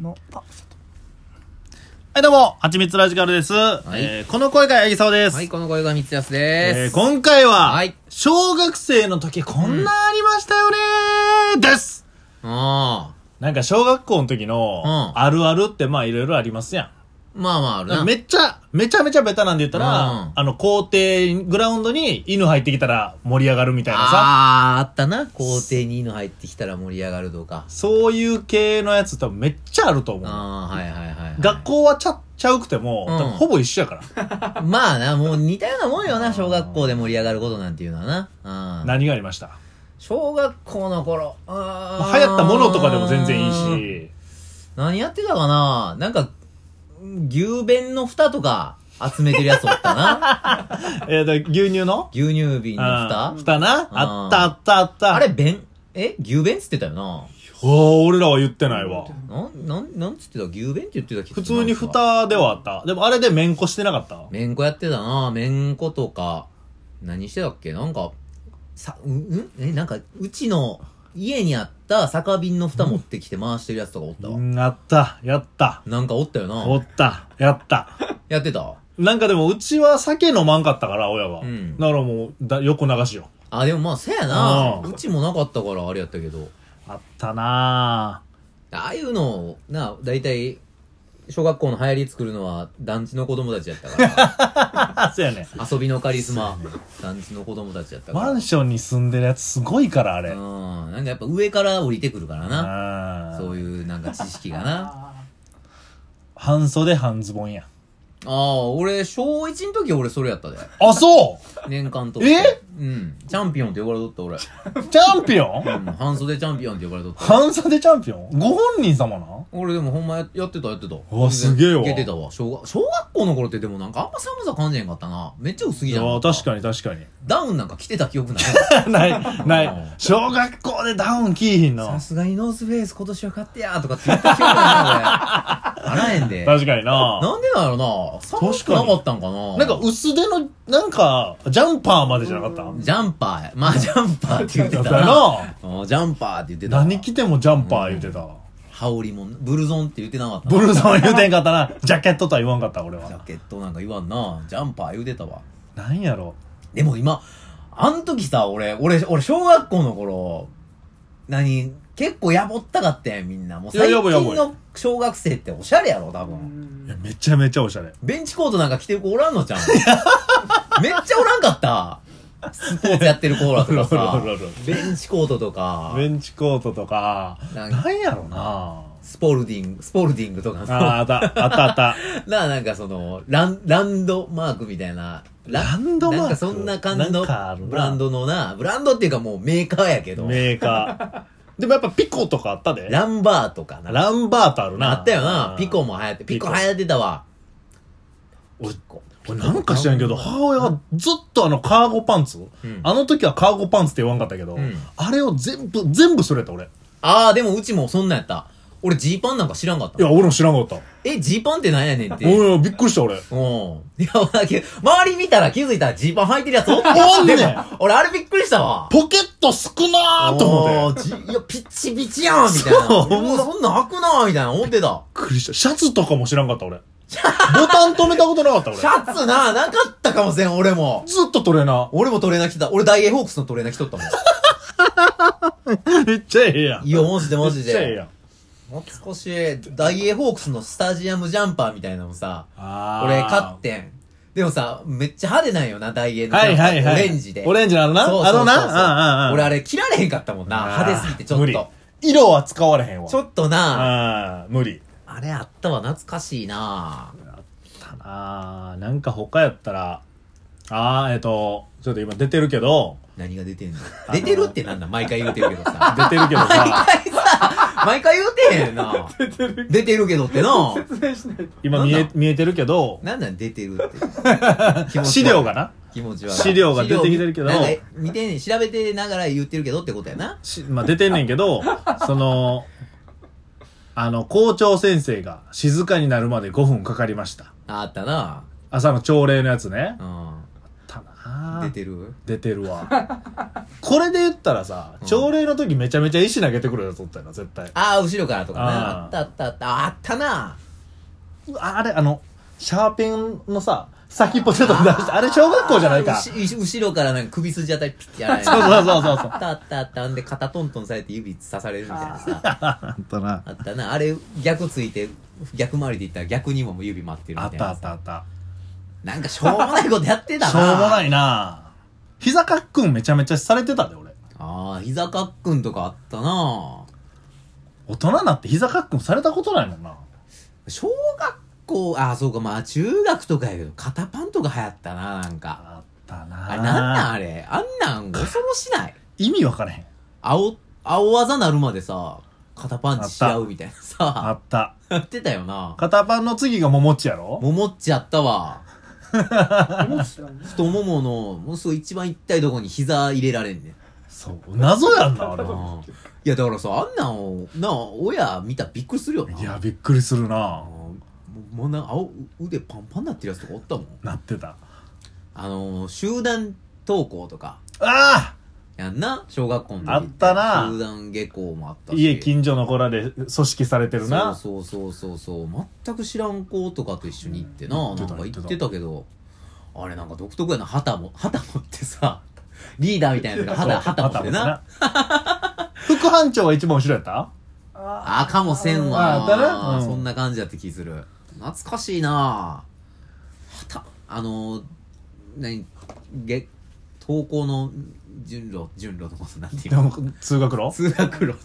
はいどうも、はちみつラジカルです。この声が八木沢です。 はい、この声が三つ安です。 今回は、 はい、 小学生の時こんなありましたよねー、です。なんか小学校の時の、あるあるってまあいろいろありますやん。 まあまああるな。 めちゃめちゃベタなんで言ったら、校庭、グラウンドに犬入ってきたら盛り上がるみたいなさ。 あったな。校庭に犬入ってきたら盛り上がるとか。 そういう系のやつ多分めっちゃあると思う。 はいはいはい。 学校はちゃうくても、多分ほぼ一緒やから。 まあな、もう似たようなもんよな、小学校で盛り上がることなんていうのはな。 何がありました？ 小学校の頃、 流行ったものとかでも全然いいし。 何やってたかな？なんか、牛弁の蓋とか集めてるやつおったな。 牛乳の牛乳瓶の蓋蓋な。あったあれ弁牛弁つってたよな。 俺らは言ってないわ。 なんつってた？牛弁って言ってた気がする。 普通に蓋ではあった。でもあれでめんこしてなかった？ めんこやってたな。めんことか、何してたっけ？なんか、なんか、うちの家にあった酒瓶の蓋持ってきて回してるやつとかおったわ。 あった。やった。 なんかおったよな。 おった。やった。 やってた？ なんかでもうちは酒飲まんかったから、親は。だからもう、横流しよ。 でもまあ、せやな。うちもなかったからあれやったけど。 あったなぁ。ああいうのだいたい、小学校の流行り作るのは団地の子供たちやったから。 そうやね。 遊びのカリスマ、団地の子供たちやったから。 マンションに住んでるやつすごいから、あれ。 なんかやっぱ上から降りてくるからな。そういうなんか知識がな。 半袖半ズボンや。 俺、小1の時俺それやったで。 そう年間と。チャンピオンって呼ばれとった俺。 チャンピオン半袖チャンピオンって呼ばれとった。 半袖チャンピオンご本人様な？ 俺でもほんまやってた。 すげえわ。 いけてたわ。小学校の頃ってでもなんかあんま寒さ感じへんかったな。めっちゃ薄着じゃん。 確かに。 ダウンなんか着てた記憶ない。 ない。小学校でダウン着いひんの。 さすがにノースフェイス今年は買ってやとかって言った記憶ないな、俺。あらへんで。 確かにな。 なんでだろうな。寒くなかったんかな。 なんか薄手の、なんか、ジャンパーまでじゃなかった？ ジャンパー。まあジャンパーって言ってたな。ジャンパーって言ってた。 何着てもジャンパー言ってた。 羽織もん、ブルゾンって言ってなかった。 ブルゾン言うてんかったな。ジャケットとは言わんかった、俺は。 ジャケットなんか言わんな。ジャンパー言うてたわ。 なんやろ。 でも今、あん時さ、俺小学校の頃、結構やぼったかったやん、みんな。もう最近の小学生っておしゃれやろ、多分。 いや、めちゃめちゃおしゃれ。 ベンチコートなんか着てる子おらんのちゃん。めっちゃおらんかった。スポーツやってる子らとかさ。ベンチコートとか。 なんやろな。 スポルディングとかあった。 なんかその、ランドマークみたいな。 ランドマークなんかそんな感じのブランドのブランドっていうかもうメーカーやけど。 メーカー。でもやっぱピコとかあったで。 ランバーとかな。 ランバートあるな。 あったよな。ピコも流行って。ピコ流行ってたわ。 俺なんか知らんけど、母親がずっとカーゴパンツ、あの時はカーゴパンツって言わんかったけど、あれを全部それやった俺。 でもうちもそんなんやった。俺ジーパンなんか知らんかった。 いや、俺も知らんかった。 ジーパンってなんやねんって。 びっくりした俺。 いや、だけど、周り見たら気づいたらジーパン履いてるやつおって。 でも、 俺あれびっくりしたわ。 ポケット少なーと思って。 いや、ピッチピチやんみたいな。そんなん履くなーみたいな思ってた。びっくりした。シャツとかも知らんかった俺。ボタン止めたことなかった俺。 シャツなかったかもしれん、俺も。 ずっとトレーナー。 俺もトレーナー着てた。俺ダイエーホークスのトレーナー着とったもん。めっちゃええやん。 いや、マジで。 めっちゃええやん。 懐かしい。ダイエーホークスのスタジアムジャンパーみたいなのさ、俺買ってん。でもさ、めっちゃ派手なんよな、ダイエーのジャンパー。オレンジで。 オレンジなのな。 そう。俺あれ着られへんかったもんな。派手すぎてちょっと。無理。 色は使われへんわ。 ちょっとな。 無理。 あれあったわ、懐かしいな。 あったな。なんか他やったら、ちょっと今出てるけど。 何が出てんの？出てるってなんだ？毎回言うてるけどさ。 出てるけどさ。 毎回言うてへんな。出てるけどってな。 説明しないと。今見えてるけど。 なんなん出てるって。 資料がな。 気持ち悪い。 資料が出てきてるけど。 見てんねん、調べてながら言ってるけどってことやな。 出てんねんけど、校長先生が静かになるまで5分かかりました。 あったな。 朝の朝礼のやつね。あったな。 な。 出てるわ。これで言ったらさ、朝礼の時めちゃめちゃ石投げてくるやつおったよな、絶対。 ああ、後ろからとかね。あったな。 あれ、シャーペンのさ、先っぽちょっと出して、あれ小学校じゃないか。 後ろからなんか首筋あたりピッてやられる。 そう。 あったんで肩トントンされて指刺されるみたいなさ。 あったな。 あったな。あれ逆ついて、逆回りでいったら逆にも指待ってるみたいな。 あった。 なんかしょうもないことやってたな。 しょうもないな。膝かっくんめちゃめちゃされてたで、俺。 ああ、膝かっくんとかあったな。 大人になって膝かっくんされたことないもんな。 小学校、ああ、そうか、まあ中学とかやけど、肩パンとか流行ったな、なんか。 あったな。 あれ、なんなんあれ。あんなん恐ろしない。 意味わからへん。 青技なるまでさ、肩パンチし合うみたいなさ。 あった。 やってたよな。 肩パンの次がももっちやろ。 ももっちやったわ。太ももの、もうすごい一番痛いとこに膝入れられんねん。 そう。謎やんな、あれ。 いや、だからさ、あんなんを、親見たらびっくりするよな。 いや、びっくりするな。 もう腕パンパンなってるやつとかおったもん。 なってた。 集団登校とか。 あやんな小学校の時あったな。 集団下校もあったし。 家近所の子らで組織されてるな。 そう。全く知らん子とかと一緒に行ってな。なんか行ってたけど、あれなんか独特やな。旗持ってさ、リーダーみたいなやつが旗持ってな。 副班長が一番後ろやった？ あ、かもせんわ。 あったな。 そんな感じやって気する。懐かしいな。登校の順路のことなんていうの？ 通学路沿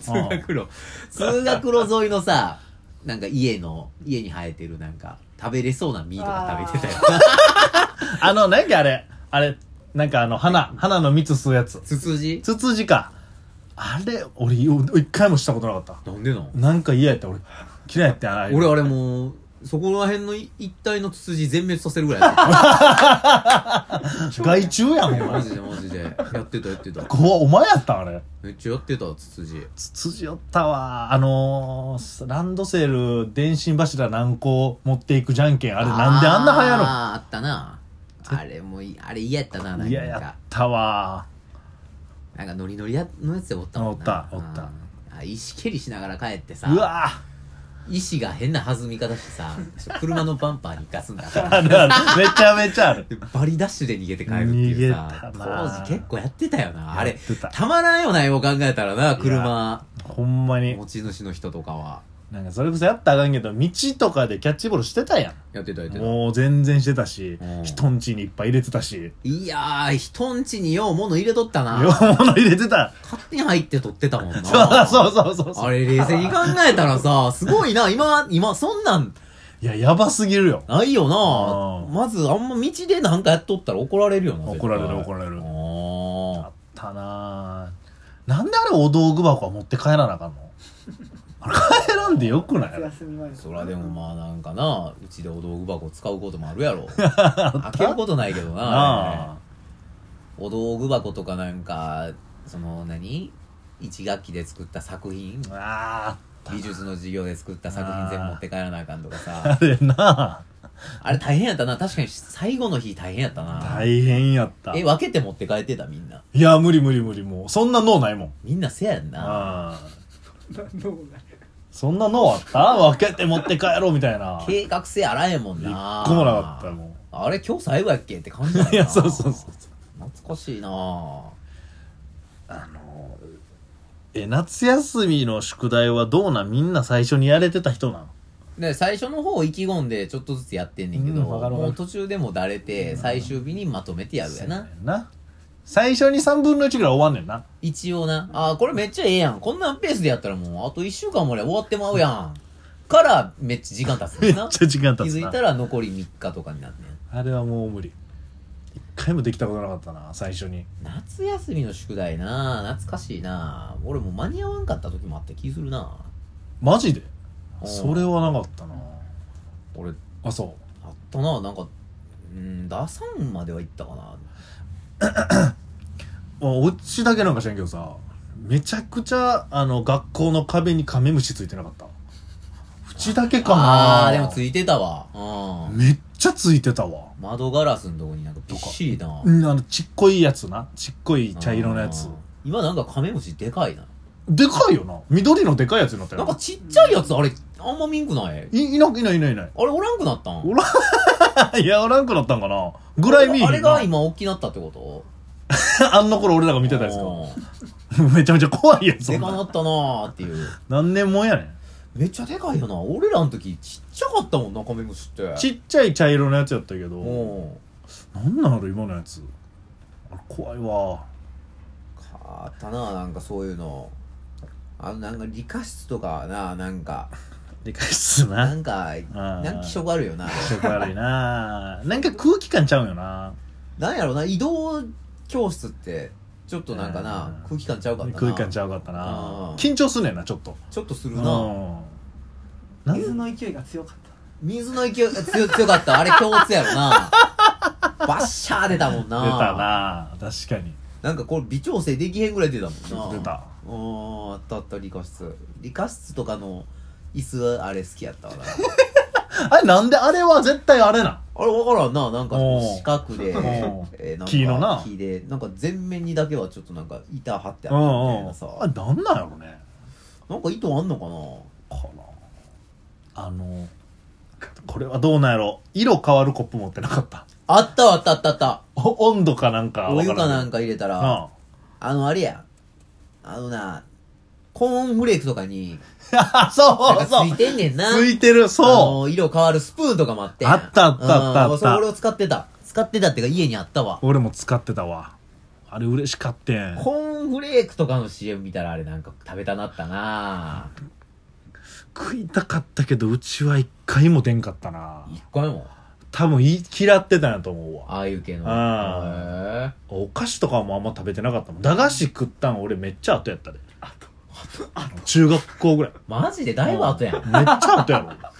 いのさ、なんか家に生えてるなんか食べれそうな実とか食べてたよ。 何やっけあれなんか花の蜜吸うやつ。 ツツジか。あれ俺一回もしたことなかった。 なんでの？ なんか嫌やった。俺嫌いやったやん。 俺あれもうそこら辺の一帯のツツジ全滅させるぐらいやった害虫やん。 マジでやってた。 お前やったあれ。 めっちゃやってた。ツツジおったわ。ランドセル電信柱何個持っていくじゃんけん。あれなんであんな流行るの？ あったな。あれもあれ嫌やったな。なんか嫌やったわ。 なんかノリノリのやつでおったもんな。 おった。 石蹴りしながら帰ってさ。 うわ石が変な弾み方してさ、車のバンパーにガスんだあるめちゃめちゃある。 バリダッシュで逃げて帰るっていうさ、当時結構やってたよな。あれたまらんよな。よう考えたらな、車ほんまに持ち主の人とかはなんかそれこそやったらあかんけど、道とかでキャッチボールしてたやん。 やってたもう全然してたし、人んちにいっぱい入れてたし。 いやー、人んちによう物入れとったな。 よう物入れてた。 勝手に入って取ってたもんな。 そう。 あれ冷静に考えたらさ、すごいな。今そんなんいや、やばすぎるよ。 ないよな。まずあんま道でなんかやっとったら怒られるよな。 怒られる。あったな。なんであれお道具箱は持って帰らなあかんの？帰らんでよくない？ そらでもまあなんかな、うちでお道具箱使うこともあるやろ。開けることないけどな。お道具箱とかなんか一学期で作った作品、美術の授業で作った作品全部持って帰らなあかんとかさ。 あれな。 あれ大変やったな。確かに最後の日大変やったな。 大変やった。 分けて持って帰ってたみんな。 いや無理もうそんな脳ないもん。 みんなせやんな。 そんな脳あった？分けて持って帰ろうみたいな。 計画性あらへんもんな。 一個もなかったもん。 あれ今日最後やっけって感じだよな。 いやそう。 懐かしいな。 夏休みの宿題はどうなん？みんな最初にやれてた人なん？ で最初の方意気込んでちょっとずつやってんねんけど、もう途中でもだれて最終日にまとめてやるやな。 最初に3分の1ぐらい終わんねんな。 一応な。これめっちゃええやん。こんなペースでやったらもうあと1週間も終わってまうやん。からめっちゃ時間経つねんな。 めっちゃ時間経つな。 気づいたら残り3日とかになってん。 あれはもう無理。一回もできたことなかったな、最初に。 夏休みの宿題な。懐かしいな。俺も間に合わんかった時もあった気するな。 マジで？それはなかったな。 俺そうあったな。なんか出さんまでは行ったかな。 うちだけなんか知らんけどさ、めちゃくちゃ学校の壁にカメムシついてなかった？うちだけかな。 でもついてたわ。 めっちゃついてたわ。 窓ガラスのとこになんかびっしりな。 ちっこいやつな。ちっこい茶色のやつ。 今なんかカメムシでかいな。 でかいよな。緑のでかいやつになったよ。 なんかちっちゃいやつあれ、あんま見んくない？ いない。あれおらんくなったん？ いや、おらんくなったんかなぐらい見えへんな。 あれが今大きなったってこと？ あんな頃俺らが見てたやつか。めちゃめちゃ怖いやつ。 でかなったなーっていう。 何年もんやねん。 めっちゃでかいよな。俺らの時ちっちゃかったもんな、カメムシって。 ちっちゃい茶色のやつやったけど。なんなの今のやつ。あれ怖いわ。 あったな、なんかそういうの。なんか理科室とかな、なんか。 理科室な。 なんか気色あるよな。 気色悪いな。なんか空気感ちゃうよな。 なんやろな、移動教室って、ちょっとなんかな、空気感ちゃうかったな。 空気感ちゃうかったな。緊張すんねんな、ちょっと。 ちょっとするな。 水の勢いが強かった。 水の勢いが強かった。あれ共通やろな。バッシャー出たもんな。 出たな。確かに。 なんかこれ微調整できへんぐらい出たもんな。 出た。 あった理科室。理科室とかの椅子はあれ好きやったわな。 あれなんであれは絶対あれな。 あれ分からんな。なんか四角で、 木のな。 木で、なんか全面にだけはちょっとなんか板張ってあるみたいなさ。 あれなんなんやろね。 なんか糸あんのかな。 これはどうなんやろ。色変わるコップ持ってなかった。 あった温度かなんかお湯かなんか入れたら、あれや、コーンフレークとかにそうついてんねんな。 ついてる、そう。 色変わるスプーンとかもあって。 あったそれ俺を使ってたっていうか家にあったわ。 俺も使ってたわ。あれ嬉しかってん。 コーンフレークとかの CM 見たらあれなんか食べたなったな。 食いたかったけどうちは一回も出んかったな。 一回も多分嫌ってたんやと思うわ。 ああいう系の。 お菓子とかもあんま食べてなかったもん。駄菓子食ったん俺めっちゃ後やったで。中学校ぐらい。 マジでだいぶ後やん。 めっちゃ後やろ。